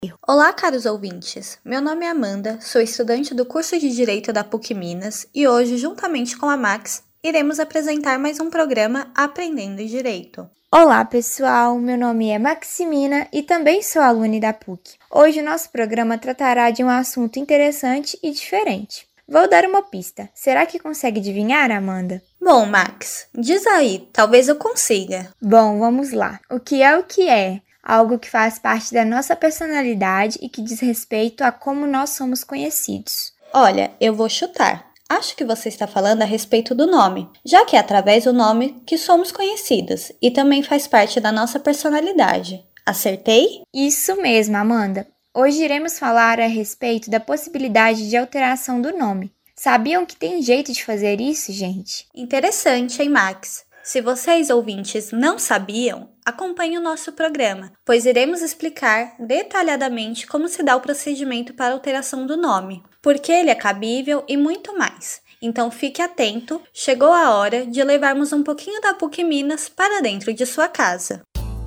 Olá, caros ouvintes! Meu nome é Amanda, sou estudante do curso de Direito da PUC Minas e hoje, juntamente com a Max, iremos apresentar mais um programa Aprendendo Direito. Olá, pessoal! Meu nome é Maximina e também sou aluna da PUC. Hoje o nosso programa tratará de um assunto interessante e diferente. Vou dar uma pista. Será que consegue adivinhar, Amanda? Bom, Max, diz aí, talvez eu consiga. Bom, vamos lá. O que é o que é? Algo que faz parte da nossa personalidade e que diz respeito a como nós somos conhecidos. Olha, eu vou chutar. Acho que você está falando a respeito do nome, já que é através do nome que somos conhecidas e também faz parte da nossa personalidade. Acertei? Isso mesmo, Amanda. Hoje iremos falar a respeito da possibilidade de alteração do nome. Sabiam que tem jeito de fazer isso, gente? Interessante, hein, Max? Se vocês, ouvintes, não sabiam, acompanhe o nosso programa, pois iremos explicar detalhadamente como se dá o procedimento para alteração do nome, por que ele é cabível e muito mais. Então fique atento, chegou a hora de levarmos um pouquinho da PUC Minas para dentro de sua casa.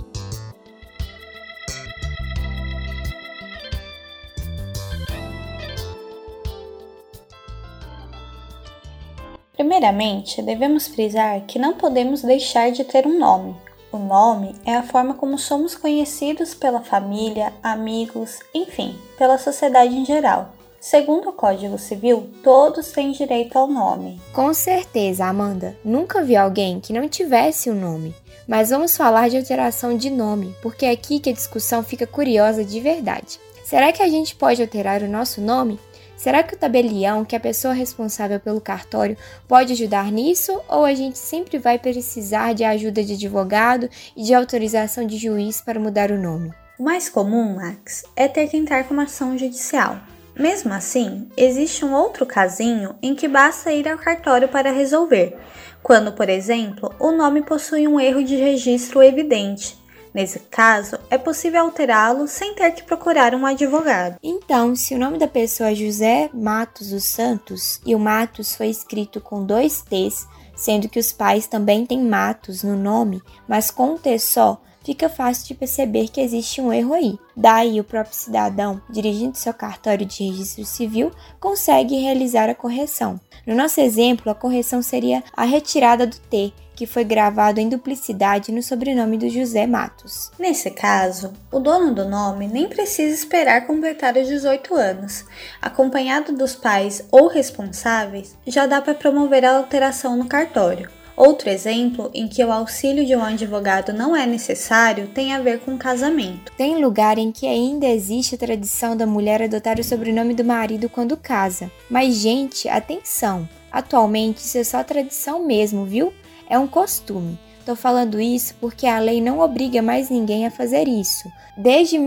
Primeiramente, devemos frisar que não podemos deixar de ter um nome. O nome é a forma como somos conhecidos pela família, amigos, enfim, pela sociedade em geral. Segundo o Código Civil, todos têm direito ao nome. Com certeza, Amanda. Nunca vi alguém que não tivesse um nome. Mas vamos falar de alteração de nome, porque é aqui que a discussão fica curiosa de verdade. Será que a gente pode alterar o nosso nome? Será que o tabelião, que é a pessoa responsável pelo cartório, pode ajudar nisso? Ou a gente sempre vai precisar de ajuda de advogado e de autorização de juiz para mudar o nome? O mais comum, Max, é ter que entrar com uma ação judicial. Mesmo assim, existe um outro casinho em que basta ir ao cartório para resolver, quando, por exemplo, o nome possui um erro de registro evidente. Nesse caso, é possível alterá-lo sem ter que procurar um advogado. Então, se o nome da pessoa é José Matos dos Santos e o Matos foi escrito com 2 T's, sendo que os pais também têm Matos no nome, mas com um T só, fica fácil de perceber que existe um erro aí. Daí, o próprio cidadão, dirigindo seu cartório de registro civil, consegue realizar a correção. No nosso exemplo, a correção seria a retirada do T, que foi gravado em duplicidade no sobrenome do José Matos. Nesse caso, o dono do nome nem precisa esperar completar os 18 anos. Acompanhado dos pais ou responsáveis, já dá para promover a alteração no cartório. Outro exemplo em que o auxílio de um advogado não é necessário tem a ver com casamento. Tem lugar em que ainda existe a tradição da mulher adotar o sobrenome do marido quando casa. Mas, gente, atenção! Atualmente isso é só tradição mesmo, viu? É um costume. Tô falando isso porque a lei não obriga mais ninguém a fazer isso. Desde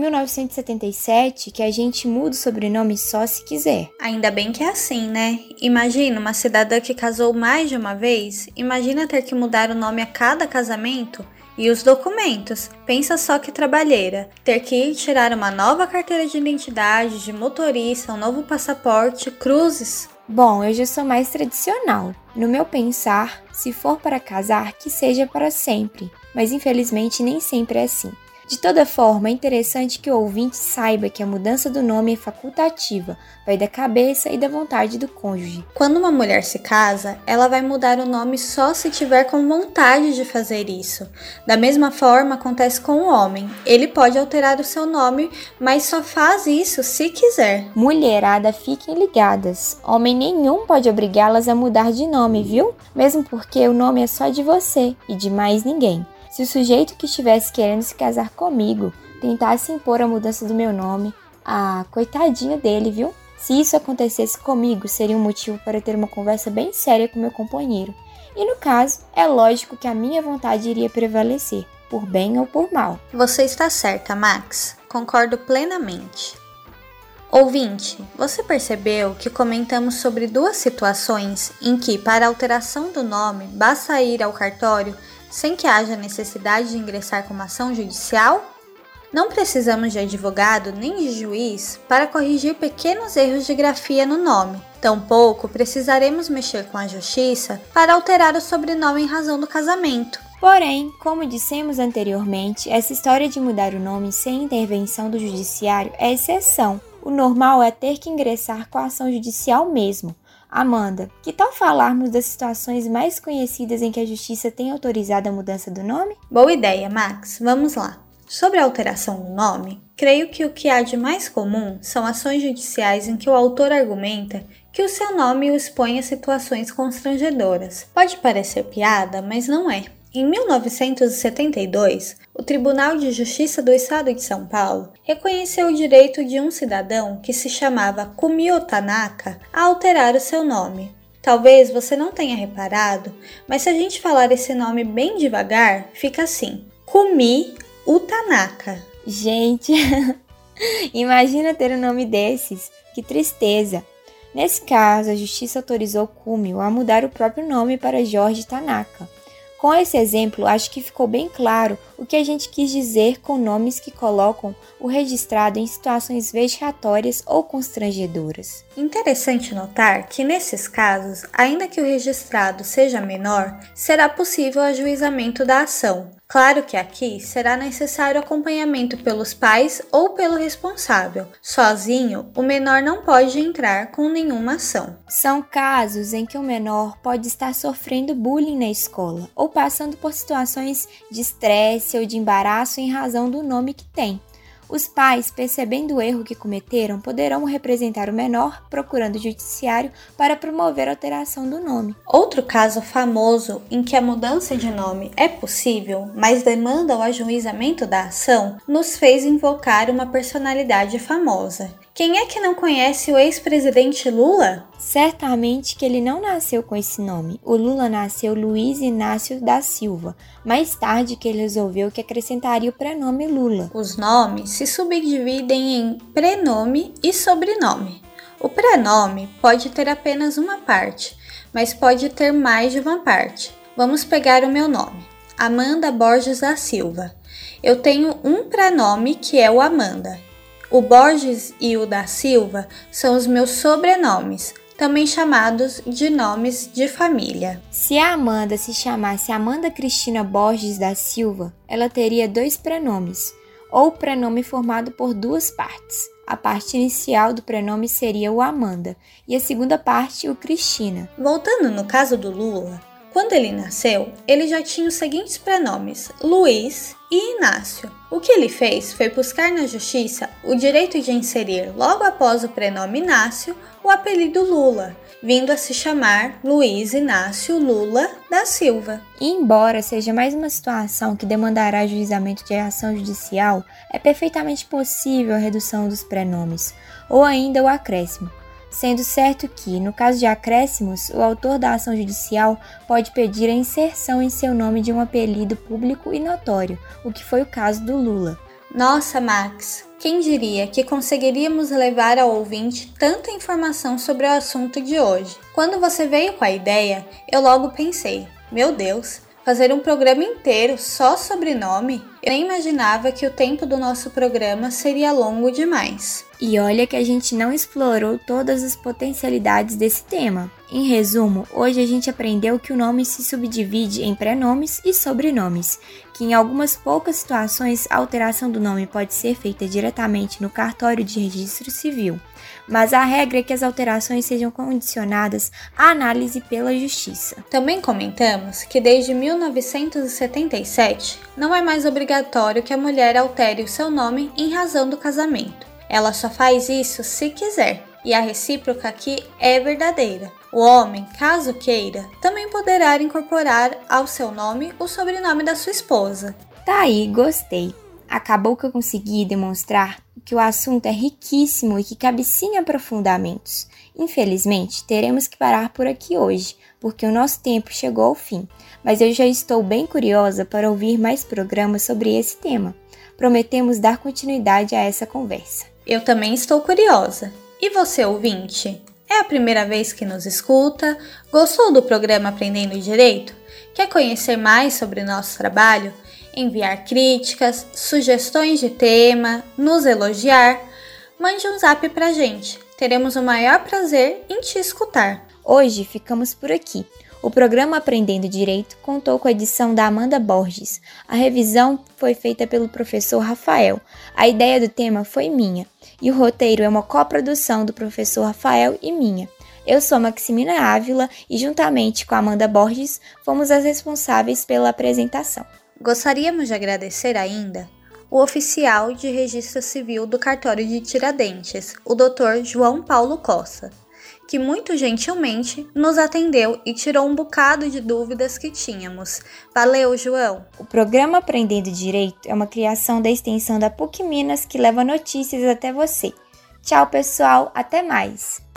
1977 que a gente muda o sobrenome só se quiser. Ainda bem que é assim, né? Imagina uma cidadã que casou mais de uma vez, imagina ter que mudar o nome a cada casamento. E os documentos? Pensa só que trabalheira. Ter que ir tirar uma nova carteira de identidade, de motorista, um novo passaporte, cruzes. Bom, eu já sou mais tradicional. No meu pensar, se for para casar, que seja para sempre. Mas infelizmente nem sempre é assim. De toda forma, é interessante que o ouvinte saiba que a mudança do nome é facultativa, vai da cabeça e da vontade do cônjuge. Quando uma mulher se casa, ela vai mudar o nome só se tiver com vontade de fazer isso. Da mesma forma, acontece com o homem. Ele pode alterar o seu nome, mas só faz isso se quiser. Mulherada, fiquem ligadas. Homem nenhum pode obrigá-las a mudar de nome, viu? Mesmo porque o nome é só de você e de mais ninguém. Se o sujeito que estivesse querendo se casar comigo tentasse impor a mudança do meu nome, coitadinho dele, viu? Se isso acontecesse comigo, seria um motivo para ter uma conversa bem séria com meu companheiro. E no caso, é lógico que a minha vontade iria prevalecer, por bem ou por mal. Você está certa, Max. Concordo plenamente. Ouvinte, você percebeu que comentamos sobre 2 situações em que, para a alteração do nome, basta ir ao cartório sem que haja necessidade de ingressar com uma ação judicial? Não precisamos de advogado nem de juiz para corrigir pequenos erros de grafia no nome. Tampouco precisaremos mexer com a justiça para alterar o sobrenome em razão do casamento. Porém, como dissemos anteriormente, essa história de mudar o nome sem intervenção do judiciário é exceção. O normal é ter que ingressar com a ação judicial mesmo. Amanda, que tal falarmos das situações mais conhecidas em que a justiça tem autorizado a mudança do nome? Boa ideia, Max. Vamos lá. Sobre a alteração do nome, creio que o que há de mais comum são ações judiciais em que o autor argumenta que o seu nome o expõe a situações constrangedoras. Pode parecer piada, mas não é. Em 1972, o Tribunal de Justiça do Estado de São Paulo reconheceu o direito de um cidadão que se chamava Kumio Tanaka a alterar o seu nome. Talvez você não tenha reparado, mas se a gente falar esse nome bem devagar, fica assim: Kumi Tanaka. Gente, imagina ter um nome desses, que tristeza! Nesse caso, a justiça autorizou Kumio a mudar o próprio nome para Jorge Tanaka. Com esse exemplo, acho que ficou bem claro o que a gente quis dizer com nomes que colocam o registrado em situações vexatórias ou constrangedoras. Interessante notar que, nesses casos, ainda que o registrado seja menor, será possível o ajuizamento da ação. Claro que aqui será necessário acompanhamento pelos pais ou pelo responsável. Sozinho, o menor não pode entrar com nenhuma ação. São casos em que o menor pode estar sofrendo bullying na escola ou passando por situações de estresse ou de embaraço em razão do nome que tem. Os pais, percebendo o erro que cometeram, poderão representar o menor procurando o judiciário para promover a alteração do nome. Outro caso famoso em que a mudança de nome é possível, mas demanda o ajuizamento da ação, nos fez invocar uma personalidade famosa. Quem é que não conhece o ex-presidente Lula? Certamente que ele não nasceu com esse nome. O Lula nasceu Luiz Inácio da Silva, mais tarde que ele resolveu que acrescentaria o prenome Lula. Os nomes se subdividem em prenome e sobrenome. O prenome pode ter apenas uma parte, mas pode ter mais de uma parte. Vamos pegar o meu nome, Amanda Borges da Silva. Eu tenho um prenome que é o Amanda. O Borges e o da Silva são os meus sobrenomes, também chamados de nomes de família. Se a Amanda se chamasse Amanda Cristina Borges da Silva, ela teria dois prenomes, ou prenome formado por duas partes. A parte inicial do prenome seria o Amanda e a segunda parte o Cristina. Voltando no caso do Lula, quando ele nasceu, ele já tinha os seguintes prenomes, Luiz e Inácio. O que ele fez foi buscar na justiça o direito de inserir logo após o prenome Inácio o apelido Lula, vindo a se chamar Luiz Inácio Lula da Silva. E embora seja mais uma situação que demandará ajuizamento de ação judicial, é perfeitamente possível a redução dos prenomes, ou ainda o acréscimo. Sendo certo que, no caso de acréscimos, o autor da ação judicial pode pedir a inserção em seu nome de um apelido público e notório, o que foi o caso do Lula. Nossa, Max, quem diria que conseguiríamos levar ao ouvinte tanta informação sobre o assunto de hoje? Quando você veio com a ideia, eu logo pensei, meu Deus, fazer um programa inteiro só sobre nome? Eu nem imaginava que o tempo do nosso programa seria longo demais. E olha que a gente não explorou todas as potencialidades desse tema. Em resumo, hoje a gente aprendeu que o nome se subdivide em prenomes e sobrenomes, que em algumas poucas situações a alteração do nome pode ser feita diretamente no cartório de registro civil, mas a regra é que as alterações sejam condicionadas à análise pela justiça. Também comentamos que desde 1977 não é mais obrigatório que a mulher altere o seu nome em razão do casamento. Ela só faz isso se quiser, e a recíproca aqui é verdadeira. O homem, caso queira, também poderá incorporar ao seu nome o sobrenome da sua esposa. Tá aí, gostei. Acabou que eu consegui demonstrar que o assunto é riquíssimo e que cabe sim aprofundamentos. Infelizmente, teremos que parar por aqui hoje, porque o nosso tempo chegou ao fim, mas eu já estou bem curiosa para ouvir mais programas sobre esse tema. Prometemos dar continuidade a essa conversa. Eu também estou curiosa. E você, ouvinte? É a primeira vez que nos escuta? Gostou do programa Aprendendo Direito? Quer conhecer mais sobre o nosso trabalho? Enviar críticas, sugestões de tema, nos elogiar? Mande um zap pra gente. Teremos o maior prazer em te escutar. Hoje ficamos por aqui. O programa Aprendendo Direito contou com a edição da Amanda Borges. A revisão foi feita pelo professor Rafael. A ideia do tema foi minha, e o roteiro é uma coprodução do professor Rafael e minha. Eu sou Maximina Ávila e, juntamente com a Amanda Borges, fomos as responsáveis pela apresentação. Gostaríamos de agradecer ainda o oficial de registro civil do cartório de Tiradentes, o Dr. João Paulo Costa, que muito gentilmente nos atendeu e tirou um bocado de dúvidas que tínhamos. Valeu, João! O programa Aprendendo Direito é uma criação da extensão da PUC Minas que leva notícias até você. Tchau, pessoal! Até mais!